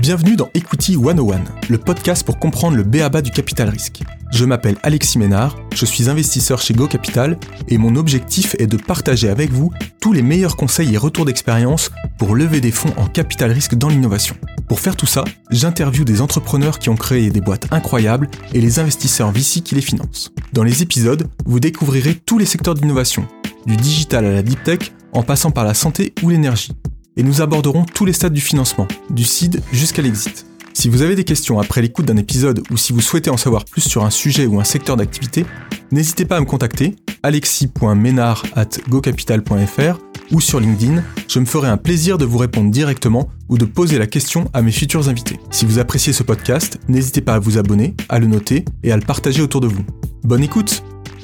Bienvenue dans Equity 101, le podcast pour comprendre le b.a.-ba du capital risque. Je m'appelle Alexis Ménard, je suis investisseur chez Go Capital et mon objectif est de partager avec vous tous les meilleurs conseils et retours d'expérience pour lever des fonds en capital risque dans l'innovation. Pour faire tout ça, j'interviewe des entrepreneurs qui ont créé des boîtes incroyables et les investisseurs VC qui les financent. Dans les épisodes, vous découvrirez tous les secteurs d'innovation, du digital à la deep tech, en passant par la santé ou l'énergie. Et nous aborderons tous les stades du financement, du seed jusqu'à l'exit. Si vous avez des questions après l'écoute d'un épisode ou si vous souhaitez en savoir plus sur un sujet ou un secteur d'activité, n'hésitez pas à me contacter, alexis.menard@gocapital.fr ou sur LinkedIn, je me ferai un plaisir de vous répondre directement ou de poser la question à mes futurs invités. Si vous appréciez ce podcast, n'hésitez pas à vous abonner, à le noter et à le partager autour de vous. Bonne écoute!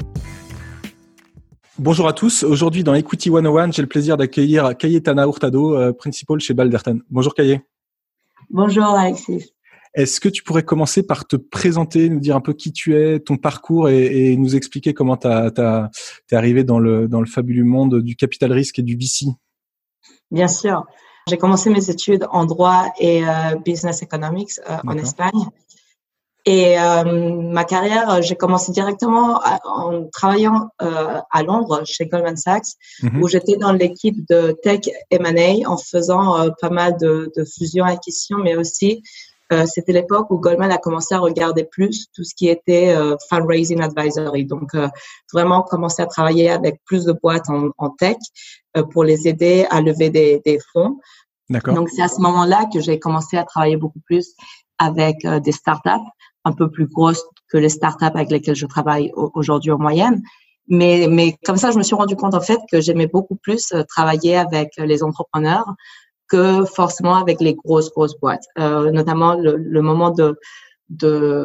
Bonjour à tous. Aujourd'hui, dans Equity 101, j'ai le plaisir d'accueillir Cayetana Hurtado, principal chez Balderton. Bonjour Caye. Bonjour Alexis. Est-ce que tu pourrais commencer par te présenter, nous dire un peu qui tu es, ton parcours et nous expliquer comment t'es arrivé dans le fabuleux monde du capital risque et du VC? Bien sûr. J'ai commencé mes études en droit et business economics en Espagne. Et ma carrière, j'ai commencé directement en travaillant à Londres chez Goldman Sachs, où j'étais dans l'équipe de Tech M&A en faisant pas mal de fusions-acquisitions, mais aussi c'était l'époque où Goldman a commencé à regarder plus tout ce qui était fundraising advisory. Donc vraiment commencer à travailler avec plus de boîtes en tech pour les aider à lever des fonds. D'accord. Donc c'est à ce moment-là que j'ai commencé à travailler beaucoup plus avec des startups un peu plus grosses que les startups avec lesquelles je travaille aujourd'hui en moyenne. Mais comme ça, je me suis rendu compte en fait que j'aimais beaucoup plus travailler avec les entrepreneurs que forcément avec les grosses boîtes. Notamment le moment de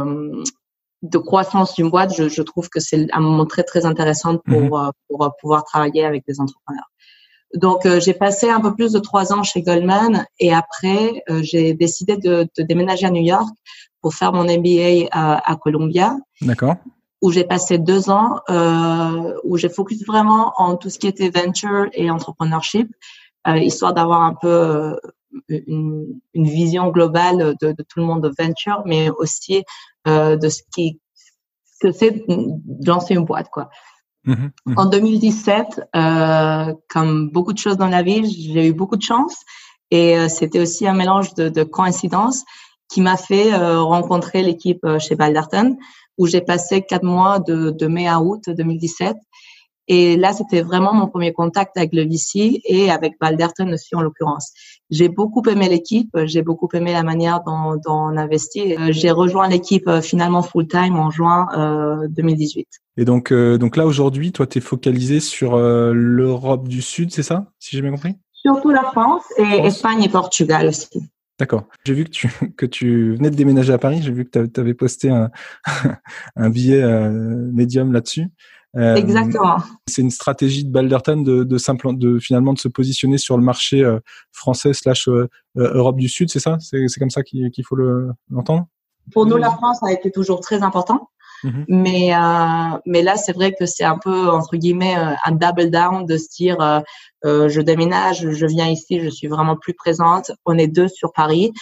croissance d'une boîte, je trouve que c'est un moment très très intéressant pour pouvoir travailler avec des entrepreneurs. Donc, j'ai passé un peu plus de 3 ans chez Goldman et après, j'ai décidé de déménager à New York pour faire mon MBA à Columbia. D'accord. Où j'ai passé 2 ans, où j'ai focus vraiment en tout ce qui était venture et entrepreneurship, histoire d'avoir un peu une vision globale de tout le monde de venture, mais aussi de ce que c'est de lancer une boîte, quoi. En 2017, comme beaucoup de choses dans la vie, j'ai eu beaucoup de chance et c'était aussi un mélange de coïncidences qui m'a fait rencontrer l'équipe chez Balderton où j'ai passé 4 mois de mai à août 2017 et là c'était vraiment mon premier contact avec le VC et avec Balderton aussi en l'occurrence. J'ai beaucoup aimé l'équipe, j'ai beaucoup aimé la manière dont on investit. J'ai rejoint l'équipe finalement full-time en juin 2018. Et donc là aujourd'hui, toi, t'es focalisé sur l'Europe du Sud, c'est ça, si j'ai bien compris? Surtout la France et Espagne et Portugal aussi. D'accord. J'ai vu que tu venais de déménager à Paris. J'ai vu que tu avais posté un billet Medium là-dessus. Exactement. C'est une stratégie de Balderton de finalement de se positionner sur le marché français / Europe du Sud, c'est ça? C'est comme ça qu'il faut l'entendre? Pour nous, la France a été toujours très important. Mais là, c'est vrai que c'est un peu, entre guillemets, un double down de se dire, je déménage, je viens ici, je suis vraiment plus présente. On est 2 sur Paris.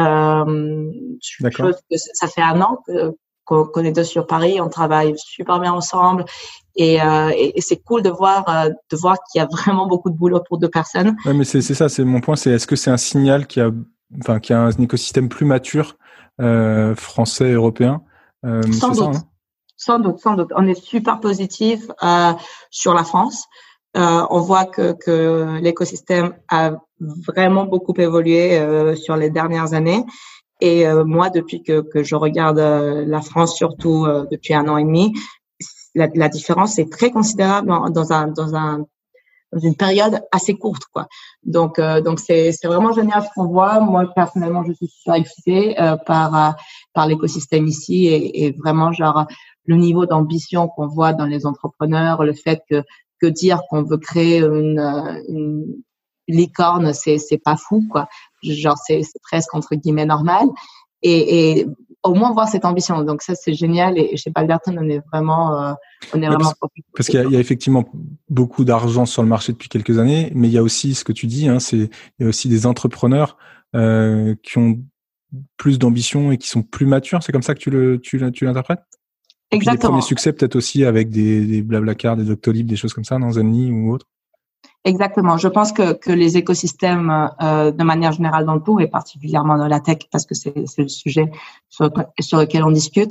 D'accord. Ça fait 1 an qu'on est 2 sur Paris. On travaille super bien ensemble. Et c'est cool de voir qu'il y a vraiment beaucoup de boulot pour 2 personnes. Ouais, mais c'est ça, c'est mon point. Est-ce que c'est un signal qu'il y a un écosystème plus mature, français, européen? Sans doute. On est super positif sur la France. On voit que l'écosystème a vraiment beaucoup évolué sur les dernières années. Et moi, depuis que je regarde la France, surtout depuis 1 an et demi, la différence est très considérable dans une période assez courte, quoi. Donc c'est vraiment génial ce qu'on voit. Moi personnellement, je suis super excitée par l'écosystème ici et vraiment genre le niveau d'ambition qu'on voit dans les entrepreneurs, le fait que dire qu'on veut créer une licorne, c'est pas fou, quoi. Genre c'est presque entre guillemets normal et au moins voir cette ambition. Donc ça, c'est génial. Et chez Balderton, on est vraiment parce qu'il y a effectivement beaucoup d'argent sur le marché depuis quelques années, mais il y a aussi ce que tu dis, il y a aussi des entrepreneurs qui ont plus d'ambition et qui sont plus matures. C'est comme ça que tu l'interprètes? Et puis les premiers succès peut-être aussi avec des Blablacar, des Doctolib, des choses comme ça, dans Zenly ou autre. Exactement. Je pense que les écosystèmes, de manière générale dans le tout, et particulièrement dans la tech, parce que c'est le sujet sur lequel on discute,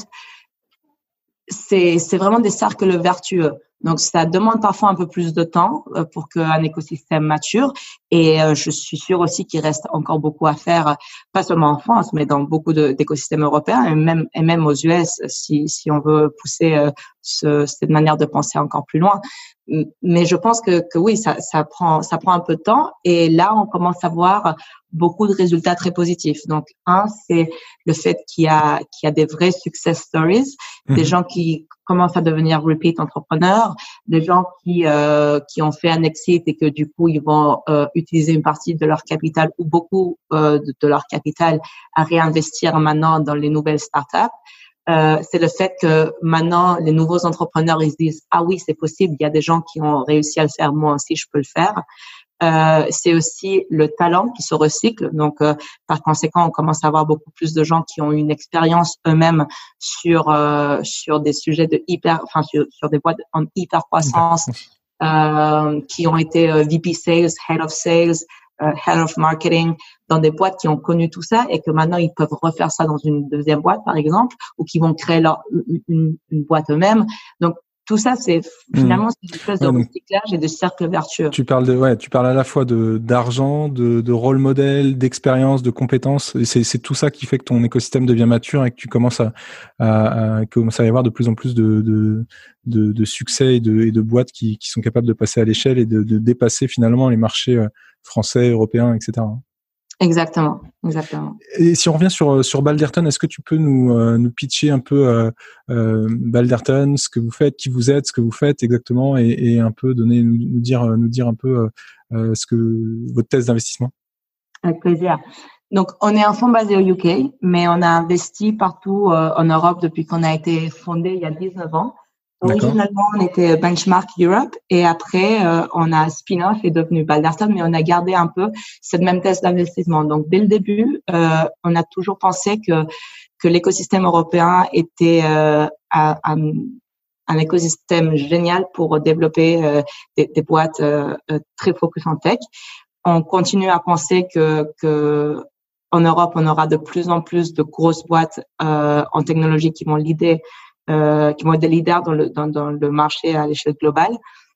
c'est vraiment des cercles vertueux. Donc, ça demande parfois un peu plus de temps pour qu'un écosystème mature. Et je suis sûre aussi qu'il reste encore beaucoup à faire, pas seulement en France, mais dans beaucoup d'écosystèmes européens et même aux US, si on veut pousser cette manière de penser encore plus loin. Mais je pense que oui, ça prend un peu de temps. Et là, on commence à voir beaucoup de résultats très positifs. Donc, c'est le fait qu'il y a des vrais success stories, des gens qui commencent à devenir repeat entrepreneurs, des gens qui ont fait un exit et que du coup, ils vont utiliser une partie de leur capital ou beaucoup de leur capital à réinvestir maintenant dans les nouvelles startups. C'est le fait que maintenant, les nouveaux entrepreneurs, ils se disent « Ah oui, c'est possible, il y a des gens qui ont réussi à le faire, moi aussi, je peux le faire ». C'est aussi le talent qui se recycle. Donc, par conséquent, on commence à avoir beaucoup plus de gens qui ont une expérience eux-mêmes sur des sujets sur des boîtes en hyper croissance, qui ont été VP Sales, Head of Sales, Head of Marketing, dans des boîtes qui ont connu tout ça et que maintenant ils peuvent refaire ça dans une deuxième boîte, par exemple, ou qui vont créer une boîte eux-mêmes. Donc, tout ça, c'est finalement c'est une espèce de recyclage et de cercle vertueux. Tu parles à la fois d'argent, de rôle modèle, d'expérience, de compétences. Et c'est tout ça qui fait que ton écosystème devient mature et que tu commences à y avoir de plus en plus de succès et de boîtes qui sont capables de passer à l'échelle et de dépasser finalement les marchés français, européens, etc. Exactement. Et si on revient sur Balderton, est-ce que tu peux nous pitcher un peu Balderton, ce que vous faites, qui vous êtes, ce que vous faites exactement, et un peu nous dire un peu votre thèse d'investissement? Avec plaisir. Donc, on est un fonds basé au UK, mais on a investi partout en Europe depuis qu'on a été fondé il y a 19 ans. Originalement, on était Benchmark Europe et après, on a spin-off et devenu Balderton, mais on a gardé un peu cette même thèse d'investissement. Donc, dès le début, on a toujours pensé que l'écosystème européen était un écosystème génial pour développer des boîtes très focus en tech. On continue à penser que en Europe, on aura de plus en plus de grosses boîtes en technologie qui vont qui vont être des leaders dans le marché à l'échelle globale.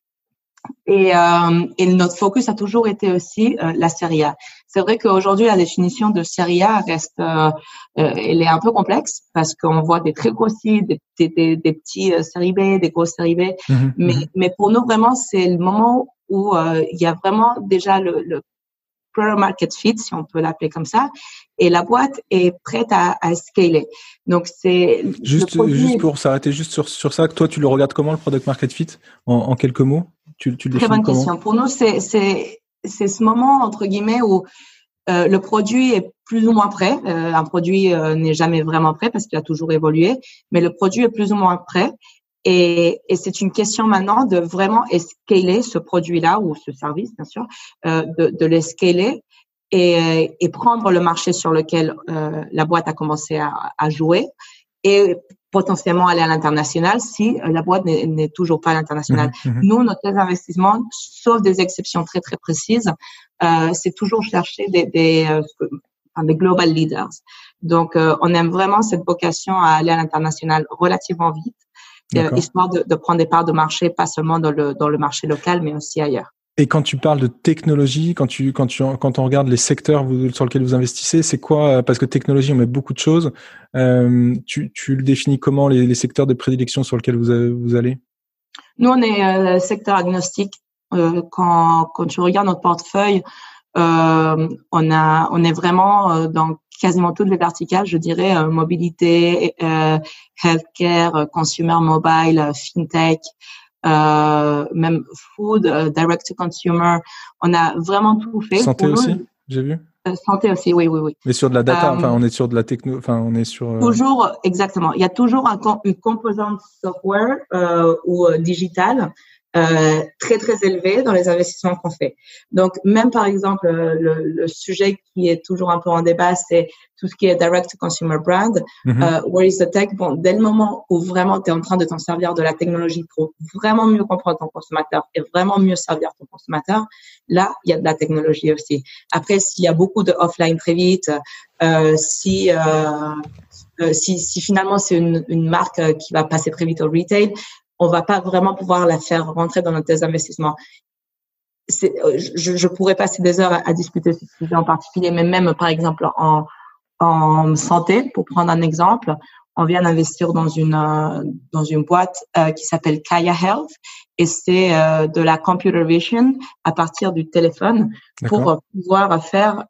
Et notre focus a toujours été aussi la série A. C'est vrai qu'aujourd'hui, la définition de série A reste, elle est un peu complexe parce qu'on voit des très grosses cibles, des petits séries B, des grosses séries B. Mais pour nous, vraiment, c'est le moment où il y a vraiment déjà le product market fit, si on peut l'appeler comme ça, et la boîte est prête à scaler. Donc, c'est juste pour s'arrêter juste sur ça, toi, tu le regardes comment, le product market fit, en quelques mots? Tu le définis Très bonne comment? question. Pour nous, c'est ce moment, entre guillemets, où le produit est plus ou moins prêt. Un produit n'est jamais vraiment prêt parce qu'il a toujours évolué, mais le produit est plus ou moins prêt. Et c'est une question maintenant de vraiment scaler ce produit-là ou ce service, bien sûr, de le scaler et prendre le marché sur lequel la boîte a commencé à jouer et potentiellement aller à l'international si la boîte n'est toujours pas à l'international. Nous, notre investissement, sauf des exceptions très, très précises, c'est toujours chercher des global leaders. Donc, on aime vraiment cette vocation à aller à l'international relativement vite. Histoire de prendre des parts de marché, pas seulement dans le marché local, mais aussi ailleurs. Et quand tu parles de technologie, quand on regarde les secteurs sur lesquels vous investissez, c'est quoi? Parce que technologie, on met beaucoup de choses. Tu le définis comment, les secteurs de prédilection sur lesquels vous allez? Nous, on est secteur agnostique. Quand tu regardes notre portefeuille, on est vraiment dans quasiment toutes les verticales, je dirais, mobilité, healthcare, consumer mobile, fintech, même food, direct to consumer. On a vraiment tout fait. Santé aussi, j'ai vu. Santé aussi, oui. Mais sur de la data, on est sur de la techno, on est sur. Toujours, exactement. Il y a toujours une composante software ou digitale très très élevé dans les investissements qu'on fait. Donc même par exemple le sujet qui est toujours un peu en débat, c'est tout ce qui est direct to consumer brand. Where is the tech? Bon, dès le moment où vraiment tu es en train de t'en servir de la technologie pour vraiment mieux comprendre ton consommateur et vraiment mieux servir ton consommateur, là il y a de la technologie aussi. Après, s'il y a beaucoup de offline très vite, si finalement c'est une marque qui va passer très vite au retail, on va pas vraiment pouvoir la faire rentrer dans notre investissements. Je pourrais passer des heures à discuter ce sujet en particulier, mais même par exemple en santé, pour prendre un exemple, on vient d'investir dans une boîte qui s'appelle Kaya Health, et c'est de la computer vision à partir du téléphone. D'accord. Pour pouvoir faire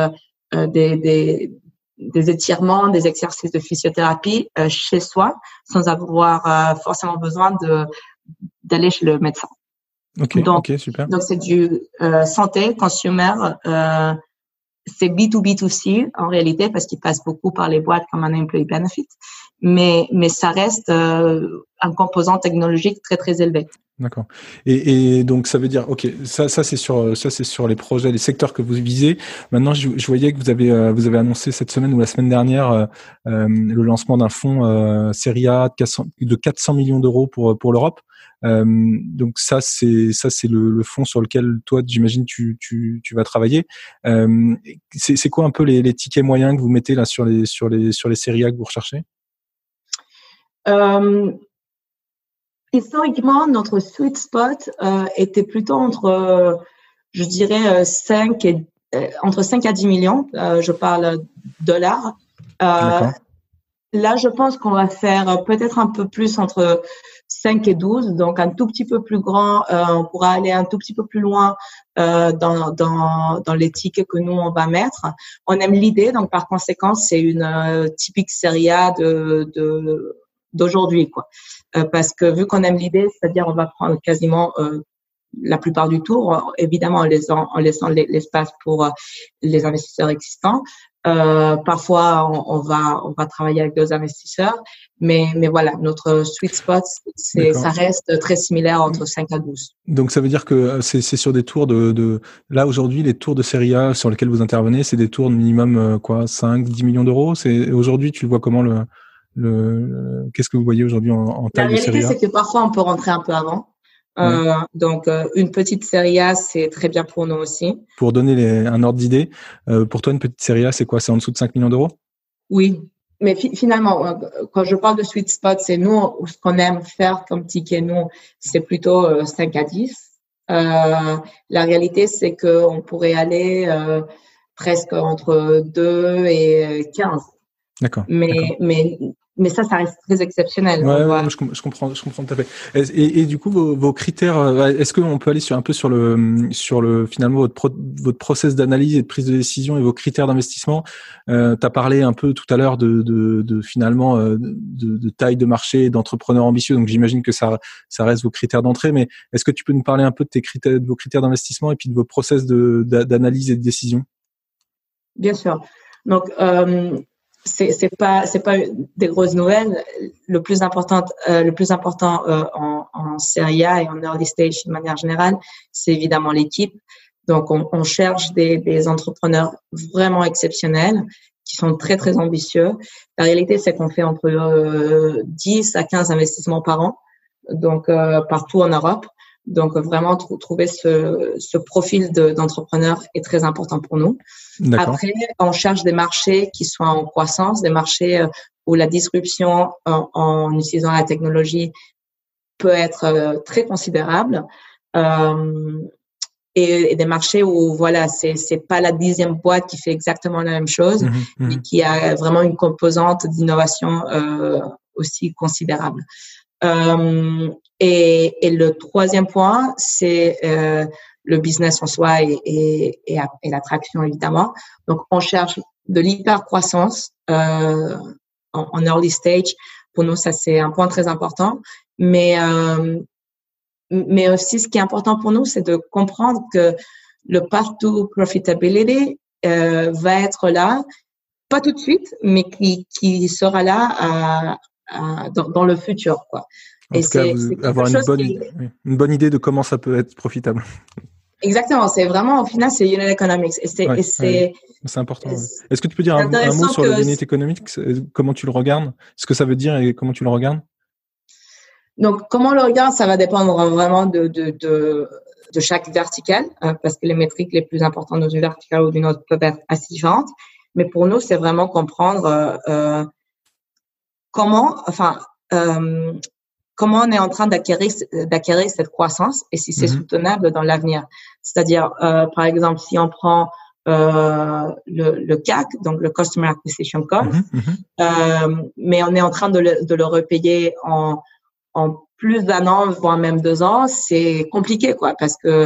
des étirements, des exercices de physiothérapie chez soi, sans avoir forcément besoin d'aller chez le médecin. Donc, super. Donc c'est du santé, consumer, c'est B2B2C en réalité parce qu'il passe beaucoup par les boîtes comme un employee benefit, mais ça reste un composant technologique très très élevé. D'accord. Et donc ça veut dire, ok, ça c'est sur les projets, les secteurs que vous visez. Maintenant, je voyais que vous avez annoncé cette semaine ou la semaine dernière le lancement d'un fonds Série A de 400 millions d'euros pour l'Europe. Donc ça c'est le fonds sur lequel toi, j'imagine, tu vas travailler. C'est quoi un peu les tickets moyens que vous mettez là sur les séries A que vous recherchez? Historiquement, notre sweet spot était plutôt entre, je dirais, entre 5 à 10 millions. Je parle dollars. Là, je pense qu'on va faire peut-être un peu plus entre 5 et 12, donc un tout petit peu plus grand. On pourra aller un tout petit peu plus loin dans les tickets que nous, on va mettre. On aime l'idée, donc par conséquent, c'est une typique série A d'aujourd'hui, quoi. Parce que vu qu'on aime l'idée, c'est-à-dire on va prendre quasiment la plupart du tour, évidemment en laissant l'espace pour les investisseurs existants. Parfois on va travailler avec deux investisseurs, mais voilà, notre sweet spot, ça reste très similaire entre 5 à 12. Donc ça veut dire que c'est sur des tours là aujourd'hui, les tours de série A sur lesquels vous intervenez, c'est des tours de minimum 5-10 millions d'euros. C'est aujourd'hui, tu le vois comment qu'est-ce que vous voyez aujourd'hui en taille de série A? La réalité, c'est que parfois on peut rentrer un peu avant. Donc une petite série A, c'est très bien pour nous aussi. Pour donner un ordre d'idée, pour toi une petite série A, c'est quoi? C'est en dessous de 5 millions d'euros? Oui, mais finalement, quand je parle de sweet spot, c'est nous, ce qu'on aime faire comme ticket, nous, c'est plutôt 5 à 10. La réalité, c'est qu'on pourrait aller presque entre 2 et 15. D'accord. Mais ça reste très exceptionnel. Ouais, je comprends tout à fait. Et du coup, vos critères, est-ce qu'on peut aller un peu sur le finalement votre process d'analyse et de prise de décision et vos critères d'investissement? T'as parlé un peu tout à l'heure de finalement de taille de marché, d'entrepreneurs ambitieux. Donc j'imagine que ça reste vos critères d'entrée. Mais est-ce que tu peux nous parler un peu de vos critères d'investissement et puis de vos process d'analyse et de décision? Bien sûr. Donc c'est pas des grosses nouvelles. Le plus important en série A et en early stage de manière générale, c'est évidemment l'équipe. Donc on cherche des entrepreneurs vraiment exceptionnels qui sont très très ambitieux. La réalité, c'est qu'on fait entre 10 à 15 investissements par an, donc partout en Europe. Donc vraiment trouver ce profil d'entrepreneur est très important pour nous. D'accord. Après, on cherche des marchés qui soient en croissance, des marchés où la disruption en utilisant la technologie peut être très considérable, et des marchés où voilà, c'est pas la 10e boîte qui fait exactement la même chose, mais qui a vraiment une composante d'innovation aussi considérable. Et le troisième point, c'est le business en soi et l'attraction, évidemment. Donc, on cherche de l'hyper-croissance en early stage. Pour nous, ça, c'est un point très important. Mais aussi, ce qui est important pour nous, c'est de comprendre que le path to profitability va être là, pas tout de suite, mais qui sera là dans le futur, quoi. En tout cas, avoir une bonne idée de comment ça peut être profitable. Exactement, c'est vraiment, au final, c'est unit economics. C'est important. Est-ce que tu peux dire un mot sur le unit economics, comment tu le regardes, ce que ça veut dire et comment tu le regardes? Donc, comment on le regarde, ça va dépendre vraiment de chaque verticale, parce que les métriques les plus importantes dans une verticale ou d'une autre peuvent être assez différentes. Mais pour nous, c'est vraiment comprendre comment on est en train d'acquérir cette croissance et si c'est soutenable dans l'avenir. C'est-à-dire, par exemple, si on prend le CAC, donc le Customer Acquisition Cost, mais on est en train de le repayer en plus d'1 an, voire même 2 ans, c'est compliqué, quoi, parce que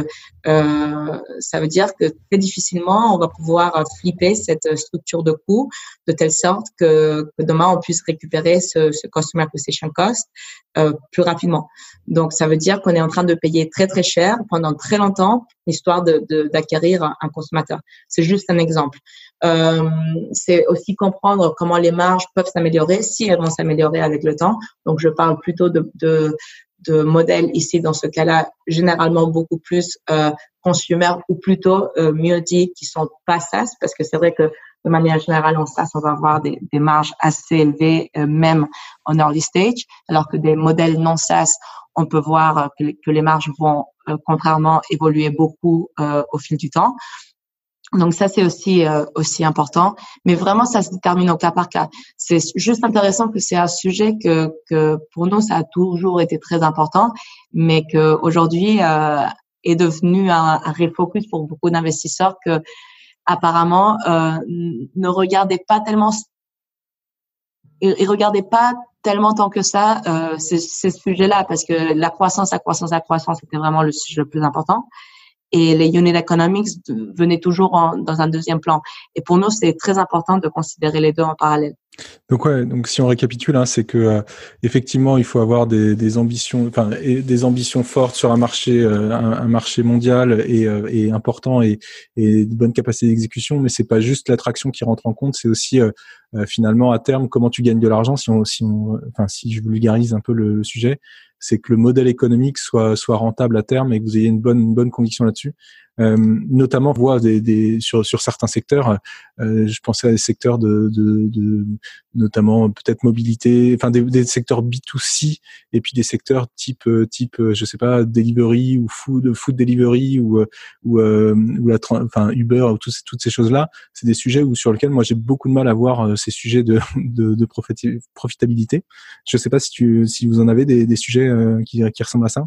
ça veut dire que très difficilement on va pouvoir flipper cette structure de coût de telle sorte que demain on puisse récupérer ce Customer Acquisition Cost plus rapidement. Donc ça veut dire qu'on est en train de payer très très cher pendant très longtemps histoire d'acquérir un consommateur. C'est juste un exemple. C'est aussi comprendre comment les marges peuvent s'améliorer, si elles vont s'améliorer avec le temps. Donc je parle plutôt de modèles ici dans ce cas-là généralement beaucoup plus consumer ou plutôt mieux dit qui sont pas SaaS, parce que c'est vrai que de manière générale en SaaS on va avoir des marges assez élevées même en early stage, alors que des modèles non SaaS on peut voir que les marges vont contrairement évoluer beaucoup au fil du temps. Donc ça c'est aussi important, mais vraiment ça se détermine au cas par cas. C'est juste intéressant que c'est un sujet que pour nous ça a toujours été très important, mais que aujourd'hui est devenu un refocus pour beaucoup d'investisseurs que apparemment ne regardaient pas tellement et regardaient pas tellement tant que ça ces sujets-là, parce que la croissance c'était vraiment le sujet le plus important. Et les unit economics venaient toujours dans un deuxième plan. Et pour nous, c'est très important de considérer les deux en parallèle. Donc si on récapitule, c'est que effectivement, il faut avoir des ambitions, des ambitions fortes sur un marché mondial et important et de bonnes capacités d'exécution. Mais c'est pas juste l'attraction qui rentre en compte, c'est aussi finalement à terme comment tu gagnes de l'argent. Si je vulgarise un peu le sujet, c'est que le modèle économique soit rentable à terme et que vous ayez une bonne conviction là-dessus. Notamment, on voit sur certains secteurs. Je pensais à des secteurs de notamment peut-être mobilité, des secteurs B2C et puis des secteurs type je sais pas, delivery ou food delivery ou Uber ou toutes ces choses-là. C'est des sujets sur lesquels moi j'ai beaucoup de mal à voir ces sujets de profitabilité. Je sais pas si vous en avez des sujets qui ressemblent à ça.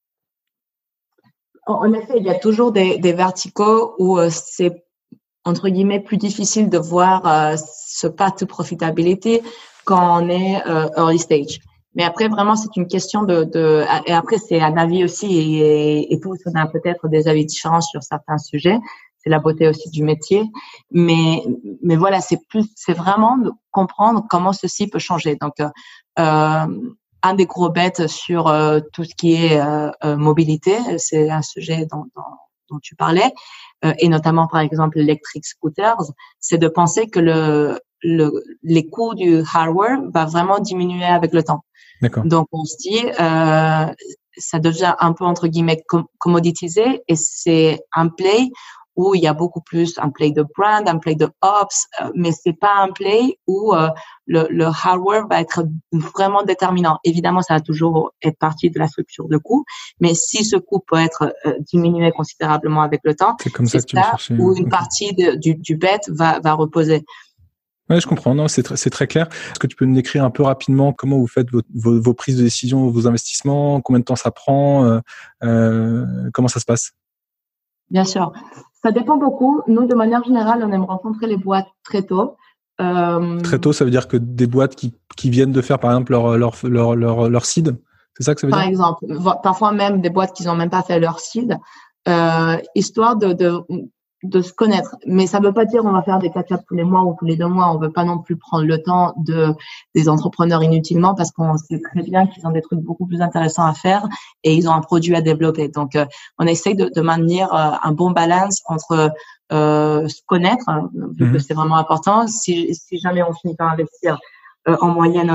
En effet, il y a toujours des verticaux où c'est entre guillemets plus difficile de voir ce path to profitability quand on est early stage. Mais après, vraiment, c'est une question et après, c'est un avis aussi et tous, on a peut-être des avis différents sur certains sujets. C'est la beauté aussi du métier. Mais voilà, c'est vraiment de comprendre comment ceci peut changer. Donc, un des gros bets sur tout ce qui est mobilité, c'est un sujet dont tu parlais, et notamment par exemple electric scooters, c'est de penser que les coûts du hardware va vraiment diminuer avec le temps. D'accord. Donc on se dit ça devient un peu entre guillemets commoditisé et c'est un play où il y a beaucoup plus un play de brand, un play de ops, mais c'est pas un play où le hardware va être vraiment déterminant. Évidemment, ça va toujours être partie de la structure de coût, mais si ce coût peut être diminué considérablement avec le temps, c'est ça où une partie du bet va reposer. Ouais, je comprends. Non, c'est très clair. Est-ce que tu peux nous décrire un peu rapidement comment vous faites vos prises de décision, vos investissements, combien de temps ça prend, comment ça se passe? Bien sûr. Ça dépend beaucoup. Nous, de manière générale, on aime rencontrer les boîtes très tôt. Très tôt, ça veut dire que des boîtes qui viennent de faire, par exemple, leur seed. C'est ça que ça veut dire? Par exemple, parfois même des boîtes qui n'ont même pas fait leur seed, histoire de se connaître. Mais ça ne veut pas dire on va faire des catch-up tous les mois ou tous les 2 mois. On veut pas non plus prendre le temps des entrepreneurs inutilement parce qu'on sait très bien qu'ils ont des trucs beaucoup plus intéressants à faire et ils ont un produit à développer. Donc, on essaye de maintenir un bon balance entre se connaître, vu que c'est vraiment important. Si jamais on finit par investir, en moyenne,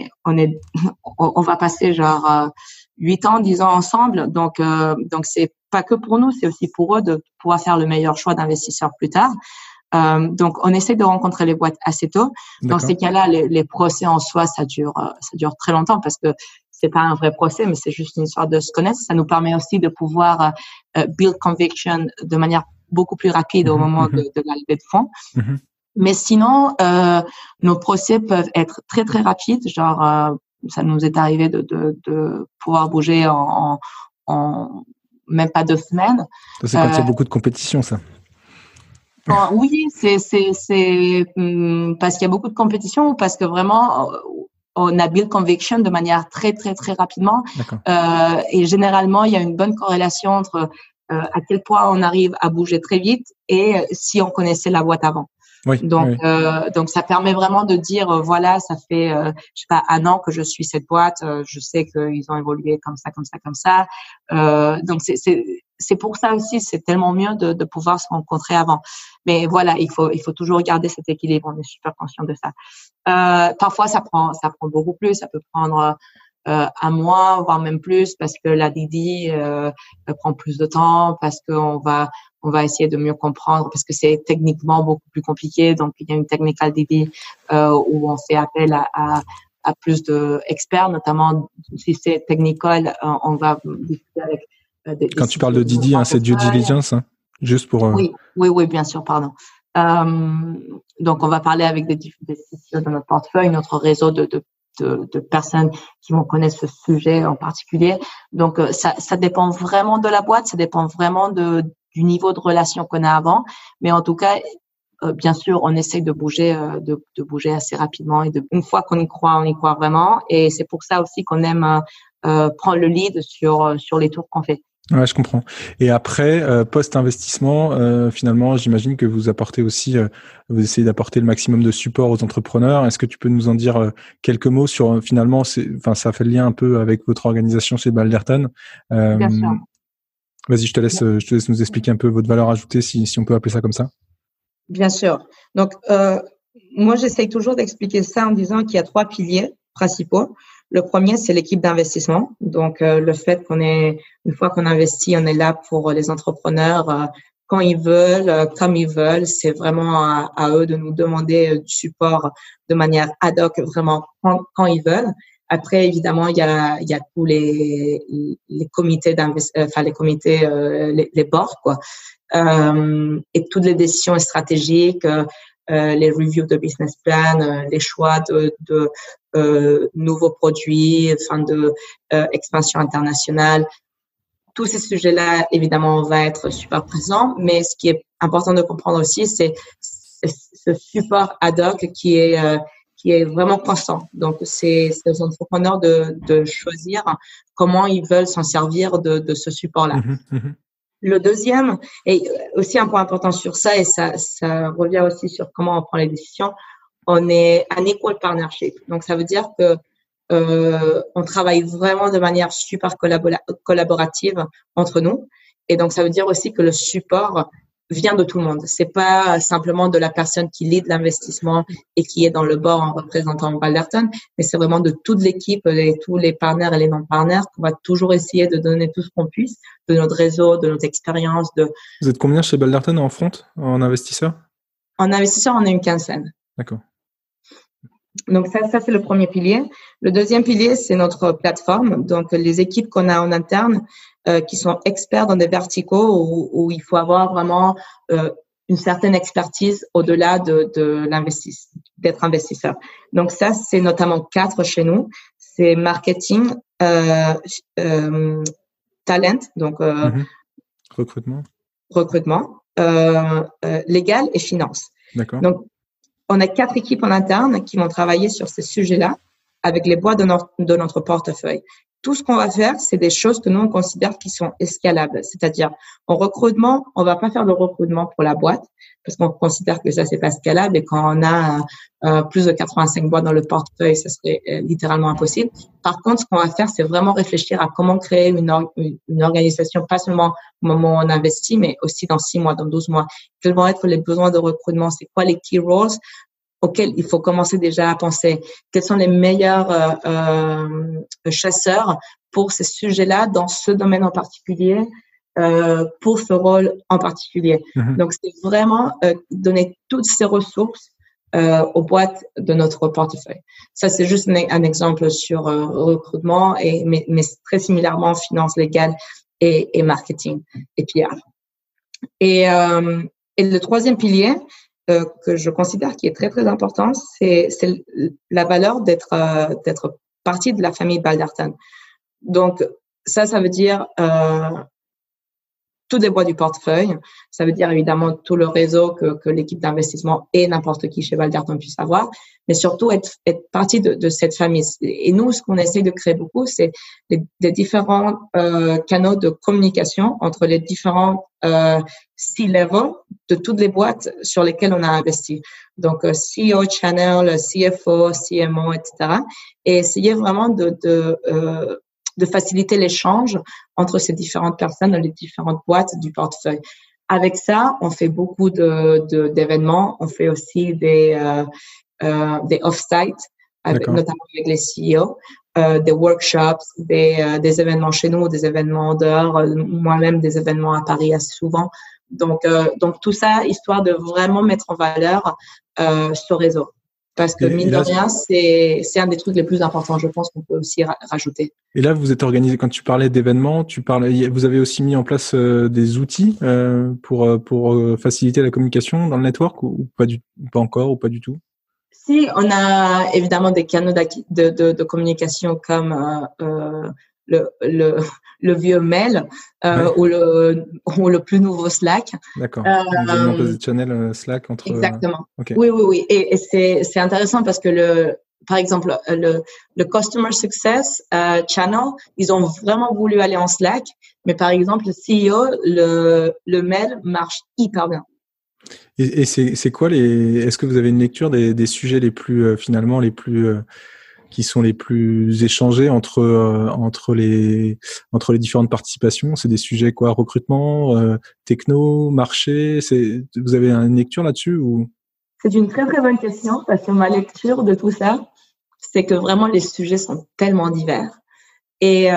on va passer genre 8 ans, 10 ans ensemble. Donc c'est pas que pour nous, c'est aussi pour eux de pouvoir faire le meilleur choix d'investisseur plus tard. Donc, on essaie de rencontrer les boîtes assez tôt. Dans ces cas-là, les procès en soi, ça dure très longtemps parce que c'est pas un vrai procès, mais c'est juste une histoire de se connaître. Ça nous permet aussi de pouvoir build conviction de manière beaucoup plus rapide au moment de la levée de fonds. Mais sinon, nos procès peuvent être très très rapides. Genre, ça nous est arrivé de pouvoir bouger en même pas 2 semaines. Ça, c'est quand il y a beaucoup de compétition, ça. Oui, c'est parce qu'il y a beaucoup de compétition ou parce que vraiment on a build conviction de manière très très très rapidement. Et généralement il y a une bonne corrélation entre à quel point on arrive à bouger très vite et si on connaissait la boîte avant. Donc ça permet vraiment de dire voilà, ça fait je sais pas 1 an que je suis cette boîte, je sais qu'ils ont évolué comme ça. Donc c'est pour ça aussi, c'est tellement mieux de pouvoir se rencontrer avant. Mais voilà, il faut toujours garder cet équilibre. On est super conscient de ça. Parfois ça prend beaucoup plus, ça peut prendre 1 mois, voire même plus, parce que la DD prend plus de temps, parce qu'on va essayer de mieux comprendre, parce que c'est techniquement beaucoup plus compliqué. Donc, il y a une technical DD où on fait appel à plus d'experts, notamment si c'est technical, on va discuter avec Quand tu parles de DD, c'est due diligence, hein, juste pour… Oui, bien sûr, pardon. Donc, on va parler avec des CTO de notre portefeuille, notre réseau de personnes qui vont connaître ce sujet en particulier. Donc, ça dépend vraiment de la boîte, ça dépend vraiment du niveau de relation qu'on a avant. Mais en tout cas, bien sûr, on essaie de bouger assez rapidement et une fois qu'on y croit, on y croit vraiment. Et c'est pour ça aussi qu'on aime prendre le lead sur les tours qu'on fait. Ouais, je comprends. Et après, post-investissement, finalement, j'imagine que vous apportez aussi, vous essayez d'apporter le maximum de support aux entrepreneurs. Est-ce que tu peux nous en dire quelques mots sur finalement, ça fait le lien un peu avec votre organisation chez Balderton. Bien sûr. Vas-y, je te laisse nous expliquer un peu votre valeur ajoutée, si on peut appeler ça comme ça. Bien sûr. Donc, moi, j'essaye toujours d'expliquer ça en disant qu'il y a 3 piliers principaux. Le premier, c'est l'équipe d'investissement. Donc, le fait une fois qu'on investit, on est là pour les entrepreneurs quand ils veulent, comme ils veulent. C'est vraiment à eux de nous demander du support de manière ad hoc, vraiment quand ils veulent. Après, évidemment, il y a tous les comités les boards, quoi. Et toutes les décisions stratégiques, les reviews de business plan, les choix de nouveaux produits, expansion internationale. Tous ces sujets-là, évidemment, on va être super présents. Mais ce qui est important de comprendre aussi, c'est ce support ad hoc qui est vraiment constant. Donc, c'est aux entrepreneurs de choisir comment ils veulent s'en servir de ce support-là. Le deuxième, et aussi un point important sur ça, et ça revient aussi sur comment on prend les décisions, on est un equal partnership. Donc, ça veut dire que on travaille vraiment de manière super collaborative entre nous. Et donc, ça veut dire aussi que le support vient de tout le monde. C'est pas simplement de la personne qui lead l'investissement et qui est dans le board en représentant Balderton, mais c'est vraiment de toute l'équipe, tous les partenaires et les non-partenaires qu'on va toujours essayer de donner tout ce qu'on puisse de notre réseau, de notre expérience. Vous êtes combien chez Balderton en front, en investisseur? En investisseur, on est une 15aine. D'accord. Donc ça c'est le premier pilier. Le deuxième pilier, c'est notre plateforme. Donc les équipes qu'on a en interne qui sont experts dans des verticaux où il faut avoir vraiment une certaine expertise au-delà d'être investisseur. Donc ça, c'est notamment 4 chez nous. C'est marketing, talent, donc recrutement, légal et finance. D'accord. Donc on a 4 équipes en interne qui vont travailler sur ces sujets-là avec les boîtes de notre portefeuille. Tout ce qu'on va faire, c'est des choses que nous, on considère qui sont escalables. C'est-à-dire, en recrutement, on va pas faire de recrutement pour la boîte parce qu'on considère que ça, c'est pas scalable et quand on a plus de 85 boîtes dans le portefeuille, ça serait littéralement impossible. Par contre, ce qu'on va faire, c'est vraiment réfléchir à comment créer une organisation, pas seulement au moment où on investit, mais aussi dans 6 mois, dans 12 mois. Quels vont être les besoins de recrutement? C'est quoi les key roles? auxquels il faut commencer déjà à penser. Quels sont les meilleurs chasseurs pour ces sujets-là dans ce domaine en particulier, pour ce rôle en particulier. Donc, c'est vraiment donner toutes ces ressources aux boîtes de notre portefeuille. Ça, c'est juste un exemple sur recrutement, mais très similairement finance légale et marketing et PR. Et le troisième pilier que je considère qui est très très important, c'est la valeur d'être partie de la famille Balderton. Donc ça veut dire tous les boîtes du portefeuille. Ça veut dire évidemment tout le réseau que l'équipe d'investissement et n'importe qui chez Balderton puisse avoir, mais surtout être partie de cette famille. Et nous, ce qu'on essaie de créer beaucoup, c'est des différents canaux de communication entre les différents C-level de toutes les boîtes sur lesquelles on a investi. Donc, CEO channel, CFO, CMO, etc. Et essayer vraiment de faciliter l'échange entre ces différentes personnes dans les différentes boîtes du portefeuille. Avec ça, on fait beaucoup d'événements. On fait aussi des off-site, notamment avec les CEO, des workshops, des événements chez nous, des événements dehors, moi-même des événements à Paris assez souvent. Donc tout ça, histoire de vraiment mettre en valeur ce réseau. Parce que mine de rien, c'est un des trucs les plus importants, je pense qu'on peut aussi rajouter. Et là, vous êtes organisé, quand tu parlais d'événements, vous avez aussi mis en place des outils pour faciliter la communication dans le network ou pas encore ou pas du tout? Si, on a évidemment des canaux de communication comme le vieux mail ou le plus nouveau Slack. D'accord. Vous avez mis en place des channels Slack entre. Exactement. Okay. Oui. Et c'est intéressant parce que par exemple, le Customer Success Channel, ils ont vraiment voulu aller en Slack, mais par exemple, le CEO, le mail marche hyper bien. Et c'est quoi est-ce que vous avez une lecture des sujets les plus finalement les plus qui sont les plus échangés entre les différentes participations? C'est des sujets quoi? Recrutement, techno, marché? Vous avez une lecture là-dessus ou? C'est une très très bonne question parce que ma lecture de tout ça, c'est que vraiment les sujets sont tellement divers et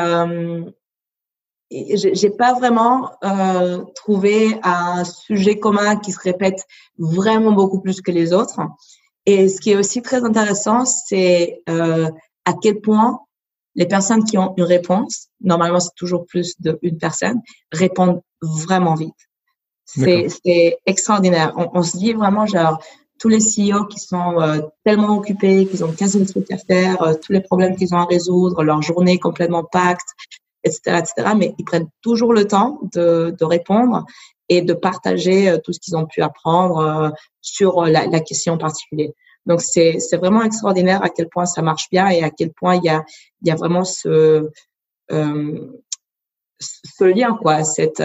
j'ai pas vraiment trouvé un sujet commun qui se répète vraiment beaucoup plus que les autres. Et ce qui est aussi très intéressant, c'est à quel point les personnes qui ont une réponse, normalement c'est toujours plus d'une personne, répondent vraiment vite. C'est extraordinaire. On se dit vraiment genre tous les CEO qui sont tellement occupés, qu'ils ont 15 000 trucs à faire, tous les problèmes qu'ils ont à résoudre, leur journée complètement pacte, etc., mais ils prennent toujours le temps de répondre et de partager tout ce qu'ils ont pu apprendre sur la question en particulier. Donc, c'est vraiment extraordinaire à quel point ça marche bien et à quel point il y a vraiment ce lien, quoi,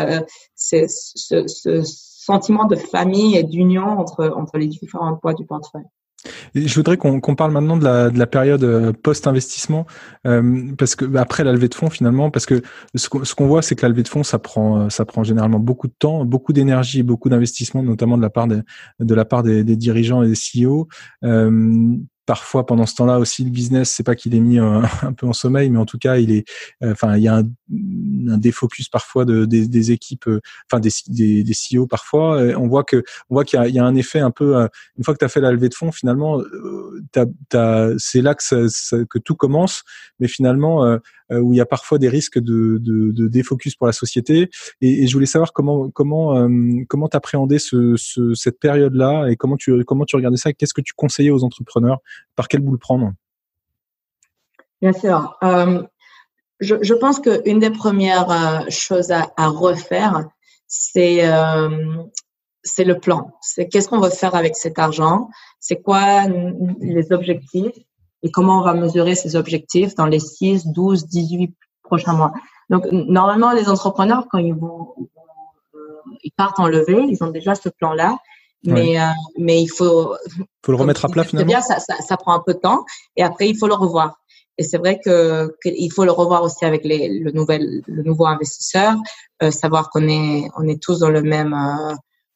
ce sentiment de famille et d'union entre les différentes boîtes du portefeuille. Et je voudrais qu'on parle maintenant de la période post-investissement, parce que après la levée de fonds finalement, parce que ce qu'on voit, c'est que la levée de fonds, ça prend généralement beaucoup de temps, beaucoup d'énergie, beaucoup d'investissement, notamment de la part des dirigeants et des CEO. Parfois, pendant ce temps-là aussi, le business, c'est pas qu'il est mis un peu en sommeil, mais en tout cas, il y a un défocus parfois des équipes, des CEO parfois. On voit qu'il y a un effet un peu, une fois que tu as fait la levée de fonds, finalement, c'est là que tout commence, mais finalement, où il y a parfois des risques de défocus pour la société. Et je voulais savoir comment t'appréhendais cette période-là et comment tu regardais ça. Qu'est-ce que tu conseillais aux entrepreneurs? Par quel bout le prendre? Bien sûr. Je pense qu'une des premières choses à refaire, c'est le plan. C'est qu'est-ce qu'on veut faire avec cet argent? C'est quoi les objectifs? Et comment on va mesurer ces objectifs dans les 6, 12, 18 prochains mois. Donc, normalement, les entrepreneurs, quand ils partent en levée, ils ont déjà ce plan-là. Mais il faut le remettre à plat finalement. Bien, ça prend un peu de temps et après il faut le revoir. Et c'est vrai qu'il faut le revoir aussi avec le nouveau investisseur, savoir qu'on est tous dans le même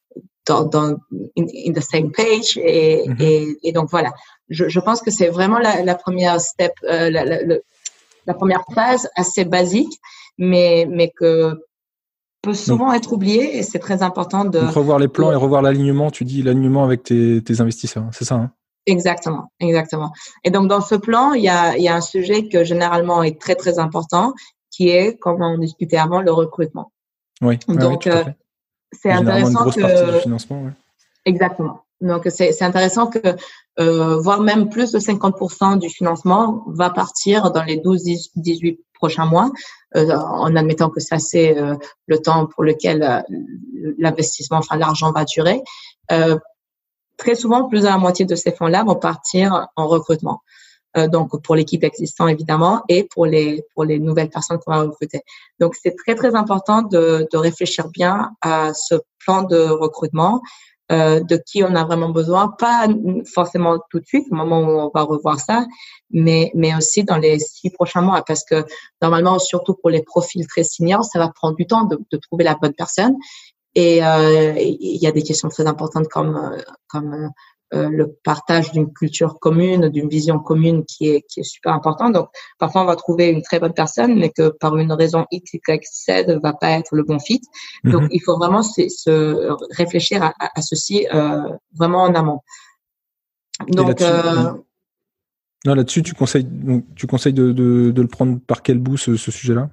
in the same page et donc voilà. Je pense que c'est vraiment la première step, la première phase assez basique, mais que peut souvent être oubliée et c'est très important de. Donc revoir les plans et revoir l'alignement. Tu dis l'alignement avec tes investisseurs, c'est ça, hein? Exactement. Et donc dans ce plan, il y a un sujet que généralement est très très important, qui est, comme on discutait avant, le recrutement. Oui. Donc tout à fait. c'est intéressant une grosse partie du financement. Ouais. Exactement. Donc c'est intéressant que voire même plus de 50% du financement va partir dans les 12-18 prochains mois, en admettant que ça c'est le temps pour lequel l'investissement, enfin l'argent va durer. Très souvent, plus de la moitié de ces fonds-là vont partir en recrutement. Donc pour l'équipe existante évidemment et pour les nouvelles personnes qu'on va recruter. Donc c'est très très important de réfléchir bien à ce plan de recrutement, de qui on a vraiment besoin, pas forcément tout de suite au moment où on va revoir ça, mais aussi dans les 6 prochains mois, parce que normalement, surtout pour les profils très seniors, ça va prendre du temps de trouver la bonne personne. Et il y a des questions très importantes comme le partage d'une culture commune, d'une vision commune qui est super important. Donc, parfois, on va trouver une très bonne personne, mais que par une raison X, Y, Z ne va pas être le bon fit. Donc, il faut vraiment se réfléchir à ceci vraiment en amont. Donc, là-dessus, tu conseilles de le prendre par quel bout ce sujet-là?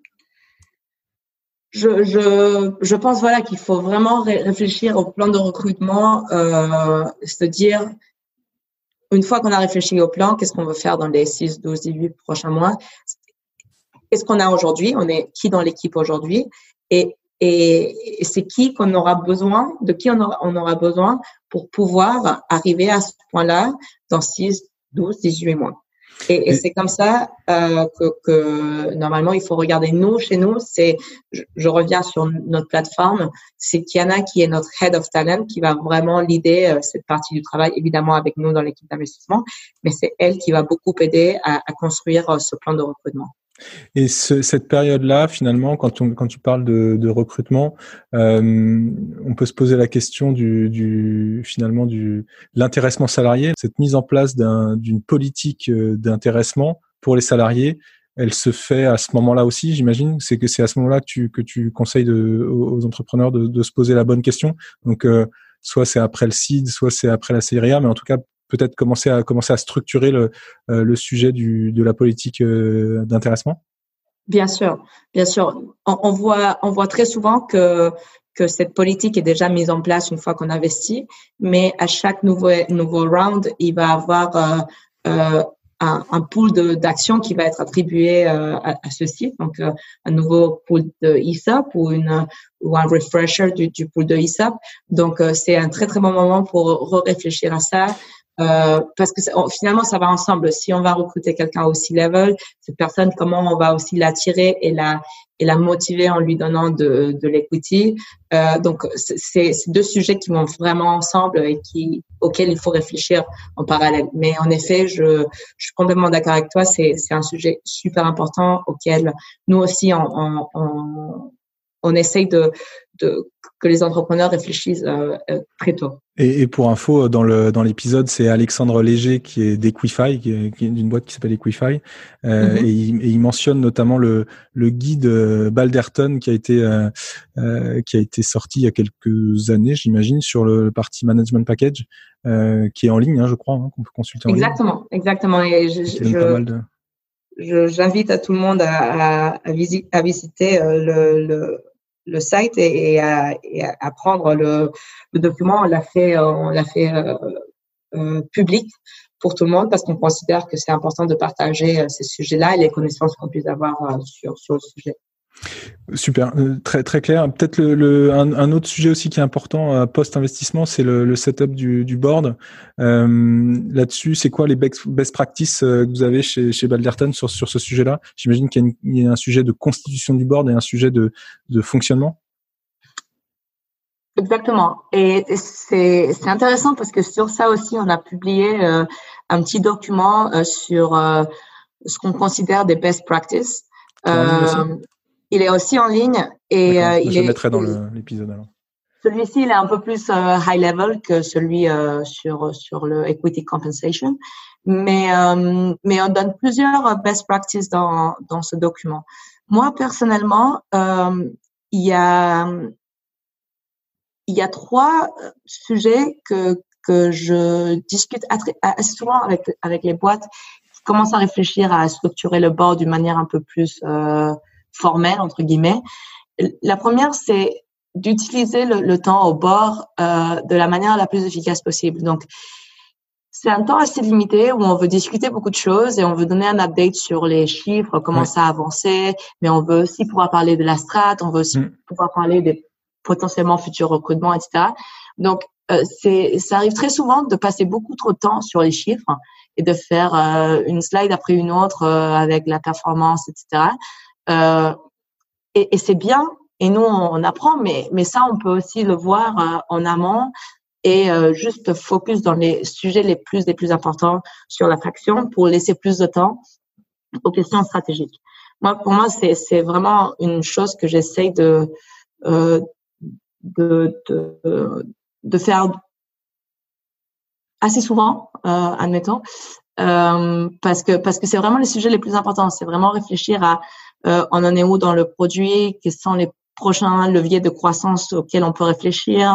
Je pense voilà qu'il faut vraiment réfléchir au plan de recrutement, se dire une fois qu'on a réfléchi au plan, qu'est-ce qu'on veut faire dans les 6, 12, 18 prochains mois? Qu'est-ce qu'on a aujourd'hui? On est qui dans l'équipe aujourd'hui? Et c'est qui qu'on aura besoin, de qui on aura besoin pour pouvoir arriver à ce point-là dans 6, 12, 18 mois. Et c'est comme ça que normalement il faut regarder chez nous, je reviens sur notre plateforme, c'est Kiana qui est notre Head of Talent qui va vraiment leader cette partie du travail, évidemment avec nous dans l'équipe d'investissement, mais c'est elle qui va beaucoup aider à construire ce plan de recrutement. Et cette période-là, finalement, quand tu parles de recrutement, on peut se poser la question de l'intéressement salarié. Cette mise en place d'une politique d'intéressement pour les salariés, elle se fait à ce moment-là aussi, j'imagine. C'est à ce moment-là que tu conseilles aux entrepreneurs de se poser la bonne question. Donc, soit c'est après le seed, soit c'est après la série A, mais en tout cas, peut-être commencer à structurer le sujet de la politique d'intéressement? Bien sûr. On voit très souvent que cette politique est déjà mise en place une fois qu'on investit, mais à chaque nouveau round, il va avoir un pool d'actions qui va être attribué à ce site, donc un nouveau pool de ESOP ou un refresher du pool de ESOP. Donc c'est un très très bon moment pour réfléchir à ça. Parce que finalement ça va ensemble. Si on va recruter quelqu'un au C-level, cette personne, comment on va aussi l'attirer et la motiver en lui donnant de l'equity. Donc c'est deux sujets qui vont vraiment ensemble et auxquels il faut réfléchir en parallèle. Mais en effet, je suis complètement d'accord avec toi. C'est un sujet super important auquel nous aussi on essaye que les entrepreneurs réfléchissent très tôt. Et pour info, dans l'épisode, c'est Alexandre Léger qui est d'Equify, qui est d'une boîte qui s'appelle Equify, et il mentionne notamment le guide Balderton qui a été sorti il y a quelques années, j'imagine, sur le parti management package, qui est en ligne, je crois, qu'on peut consulter en ligne. Exactement. Et j'invite à tout le monde à visiter le site et à prendre le document. On l'a fait public pour tout le monde parce qu'on considère que c'est important de partager ces sujets-là et les connaissances qu'on puisse avoir sur le sujet. Super, très très clair. Peut-être un autre sujet aussi qui est important post-investissement, c'est le setup du board. Là-dessus, c'est quoi les best practices que vous avez chez Balderton sur ce sujet-là? J'imagine qu'il y a un sujet de constitution du board et un sujet de fonctionnement. Exactement. Et c'est intéressant parce que sur ça aussi, on a publié un petit document sur ce qu'on considère des best practices. Il est aussi en ligne et je le mettrai dans l'épisode alors. Celui-ci, il est un peu plus high level que celui sur le equity compensation, mais on donne plusieurs best practices dans ce document. Moi personnellement, il y a 3 sujets que je discute assez souvent avec les boîtes qui commencent à réfléchir à structurer le board d'une manière un peu plus formelle entre guillemets. La première, c'est d'utiliser le temps au bord de la manière la plus efficace possible. Donc, c'est un temps assez limité où on veut discuter beaucoup de choses et on veut donner un update sur les chiffres, comment ça a avancé, mais on veut aussi pouvoir parler de la strat, on veut aussi pouvoir parler des potentiellement futurs recrutements, etc. Donc, ça arrive très souvent de passer beaucoup trop de temps sur les chiffres et de faire une slide après une autre avec la performance, etc. Et c'est bien. Et nous, on apprend, mais ça, on peut aussi le voir en amont et juste focus dans les sujets les plus importants sur l'attraction pour laisser plus de temps aux questions stratégiques. Pour moi, c'est vraiment une chose que j'essaye de faire assez souvent, admettons, parce que c'est vraiment les sujets les plus importants. C'est vraiment réfléchir à on en est où dans le produit, quels sont les prochains leviers de croissance auxquels on peut réfléchir,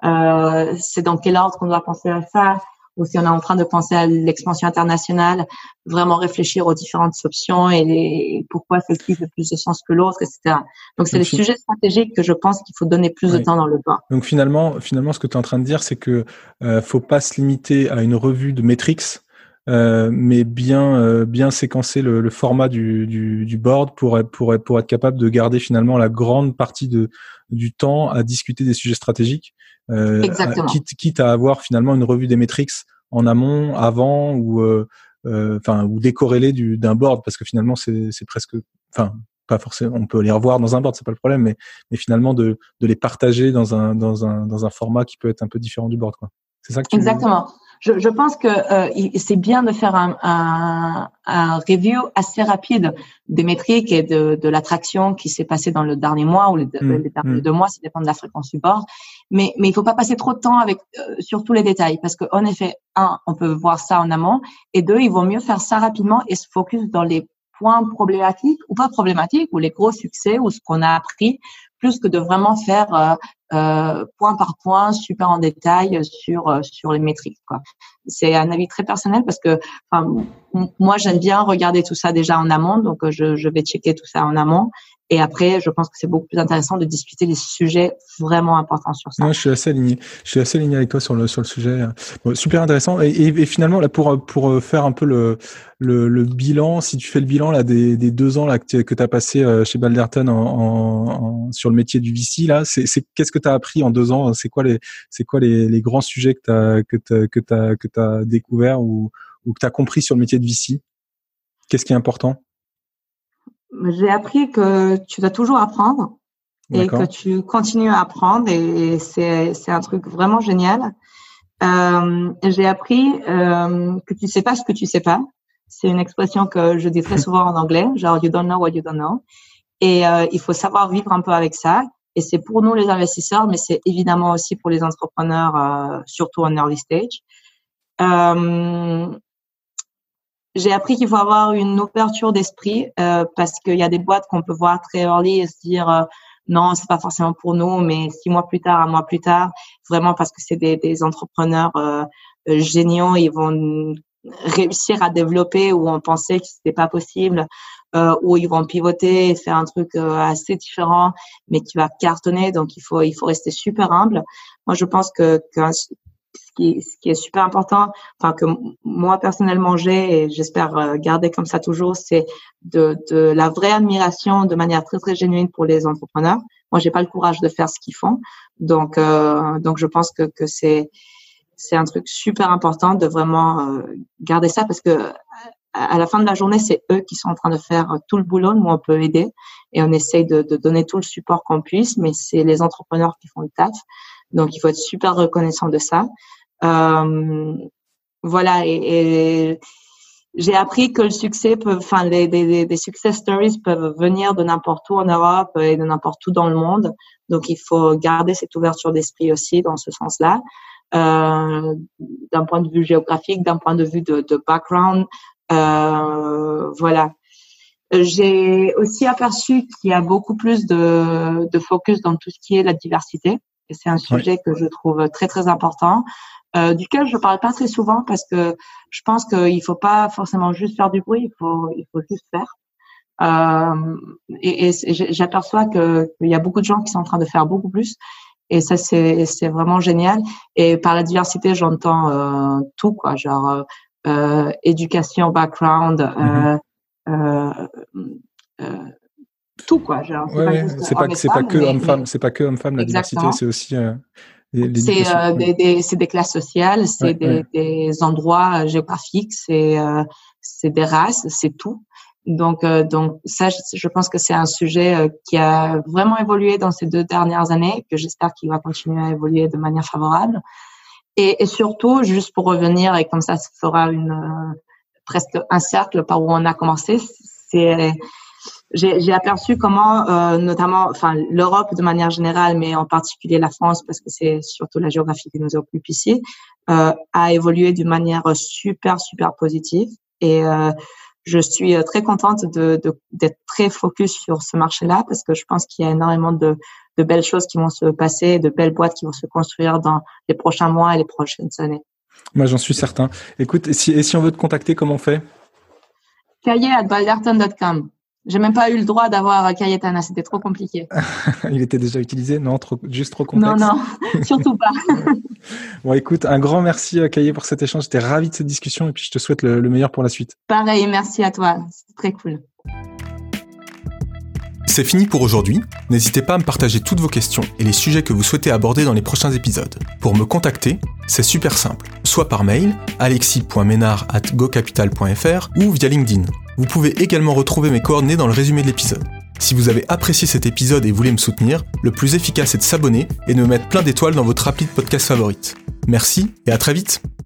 c'est dans quel ordre qu'on doit penser à ça, ou si on est en train de penser à l'expansion internationale, vraiment réfléchir aux différentes options et pourquoi celle-ci fait plus de sens que l'autre, etc. Donc, c'est les sujets stratégiques que je pense qu'il faut donner plus de temps dans le board. Donc, finalement, ce que tu es en train de dire, c'est que faut pas se limiter à une revue de metrics, mais bien séquencer le format du board pour être capable de garder finalement la grande partie du temps à discuter des sujets stratégiques, quitte à avoir finalement une revue des metrics en amont, avant ou décorrélée d'un board, parce que finalement c'est presque, pas forcément, on peut les revoir dans un board, c'est pas le problème, mais finalement de les partager dans un format qui peut être un peu différent du board, quoi. C'est ça que tu... Exactement. Je pense que c'est bien de faire un review assez rapide des métriques et de l'attraction qui s'est passée dans le dernier mois ou les derniers 2 mois, ça dépend de la fréquence du board. Mais il faut pas passer trop de temps sur tous les détails, parce que en effet, on peut voir ça en amont, et 2, il vaut mieux faire ça rapidement et se focus dans les points problématiques ou pas problématiques, ou les gros succès ou ce qu'on a appris, plus que de vraiment faire point par point, super en détail sur les métriques, quoi. C'est un avis très personnel parce que moi j'aime bien regarder tout ça déjà en amont, donc je vais checker tout ça en amont. Et après, je pense que c'est beaucoup plus intéressant de discuter les sujets vraiment importants sur ça. Ouais, je suis assez aligné avec toi sur le sujet. Bon, super intéressant. Et finalement, là, pour faire un peu le bilan, si tu fais le bilan là des 2 ans là que tu as passé chez Balderton sur le métier du VC là, c'est qu'est-ce que tu as appris en 2 ans? C'est quoi les grands sujets que t'as découvert ou que tu as compris sur le métier de VC? Qu'est-ce qui est important? J'ai appris que tu dois toujours apprendre et que tu continues à apprendre, et c'est un truc vraiment génial. J'ai appris que tu sais pas ce que tu sais pas. C'est une expression que je dis très souvent en anglais, genre you don't know what you don't know. Et il faut savoir vivre un peu avec ça. Et c'est pour nous les investisseurs, mais c'est évidemment aussi pour les entrepreneurs, surtout en early stage. J'ai appris qu'il faut avoir une ouverture d'esprit parce qu'il y a des boîtes qu'on peut voir très early et se dire non, c'est pas forcément pour nous, mais 6 mois plus tard, 1 mois plus tard, vraiment parce que c'est des entrepreneurs géniaux, ils vont réussir à développer où on pensait que c'était pas possible, où ils vont pivoter et faire un truc assez différent, mais qui va cartonner. Donc il faut rester super humble. Moi, je pense que ce qui est super important, que moi personnellement j'ai, et j'espère garder comme ça toujours, c'est de la vraie admiration de manière très très génuine pour les entrepreneurs. Moi, j'ai pas le courage de faire ce qu'ils font, donc je pense que c'est un truc super important de vraiment garder ça, parce que à la fin de la journée, c'est eux qui sont en train de faire tout le boulot. Nous, on peut aider et on essaye de donner tout le support qu'on puisse, mais c'est les entrepreneurs qui font le taf. Donc, il faut être super reconnaissant de ça. Voilà. Et j'ai appris que le succès des success stories peuvent venir de n'importe où en Europe et de n'importe où dans le monde. Donc, il faut garder cette ouverture d'esprit aussi dans ce sens-là. D'un point de vue géographique, d'un point de vue de background, voilà. J'ai aussi aperçu qu'il y a beaucoup plus de focus dans tout ce qui est la diversité. Et c'est un sujet que je trouve très, très important, duquel je parle pas très souvent parce que je pense qu'il faut pas forcément juste faire du bruit, il faut juste faire. Et j'aperçois qu'il y a beaucoup de gens qui sont en train de faire beaucoup plus. Et ça, c'est vraiment génial. Et par la diversité, j'entends tout, quoi, genre éducation, background, tout, quoi. Genre, c'est pas que homme-femme, c'est pas que homme-femme, la diversité, c'est aussi c'est des classes sociales, c'est des endroits géographiques, c'est des races, c'est tout. Donc ça, je pense que c'est un sujet qui a vraiment évolué dans ces 2 dernières années, que j'espère qu'il va continuer à évoluer de manière favorable. Et surtout, juste pour revenir, et comme ça fera presque un cercle par où on a commencé, j'ai aperçu comment, notamment, l'Europe de manière générale, mais en particulier la France, parce que c'est surtout la géographie qui nous occupe ici, a évolué d'une manière super, super positive. Et je suis très contente d'être très focus sur ce marché-là parce que je pense qu'il y a énormément de belles choses qui vont se passer, de belles boîtes qui vont se construire dans les prochains mois et les prochaines années. Moi, j'en suis certain. Écoute, et si on veut te contacter, comment on fait? Kaye@balderton.com. J'ai même pas eu le droit d'avoir Cayetana, c'était trop compliqué. Il était déjà utilisé? Non, juste trop complexe? Non, surtout pas. Bon, écoute, un grand merci Kaye pour cet échange. J'étais ravi de cette discussion et puis je te souhaite le meilleur pour la suite. Pareil, merci à toi. C'était très cool. C'est fini pour aujourd'hui. N'hésitez pas à me partager toutes vos questions et les sujets que vous souhaitez aborder dans les prochains épisodes. Pour me contacter, c'est super simple. Soit par mail, alexis.menard@gocapital.fr ou via LinkedIn. Vous pouvez également retrouver mes coordonnées dans le résumé de l'épisode. Si vous avez apprécié cet épisode et voulez me soutenir, le plus efficace est de s'abonner et de me mettre plein d'étoiles dans votre appli de podcast favorite. Merci et à très vite.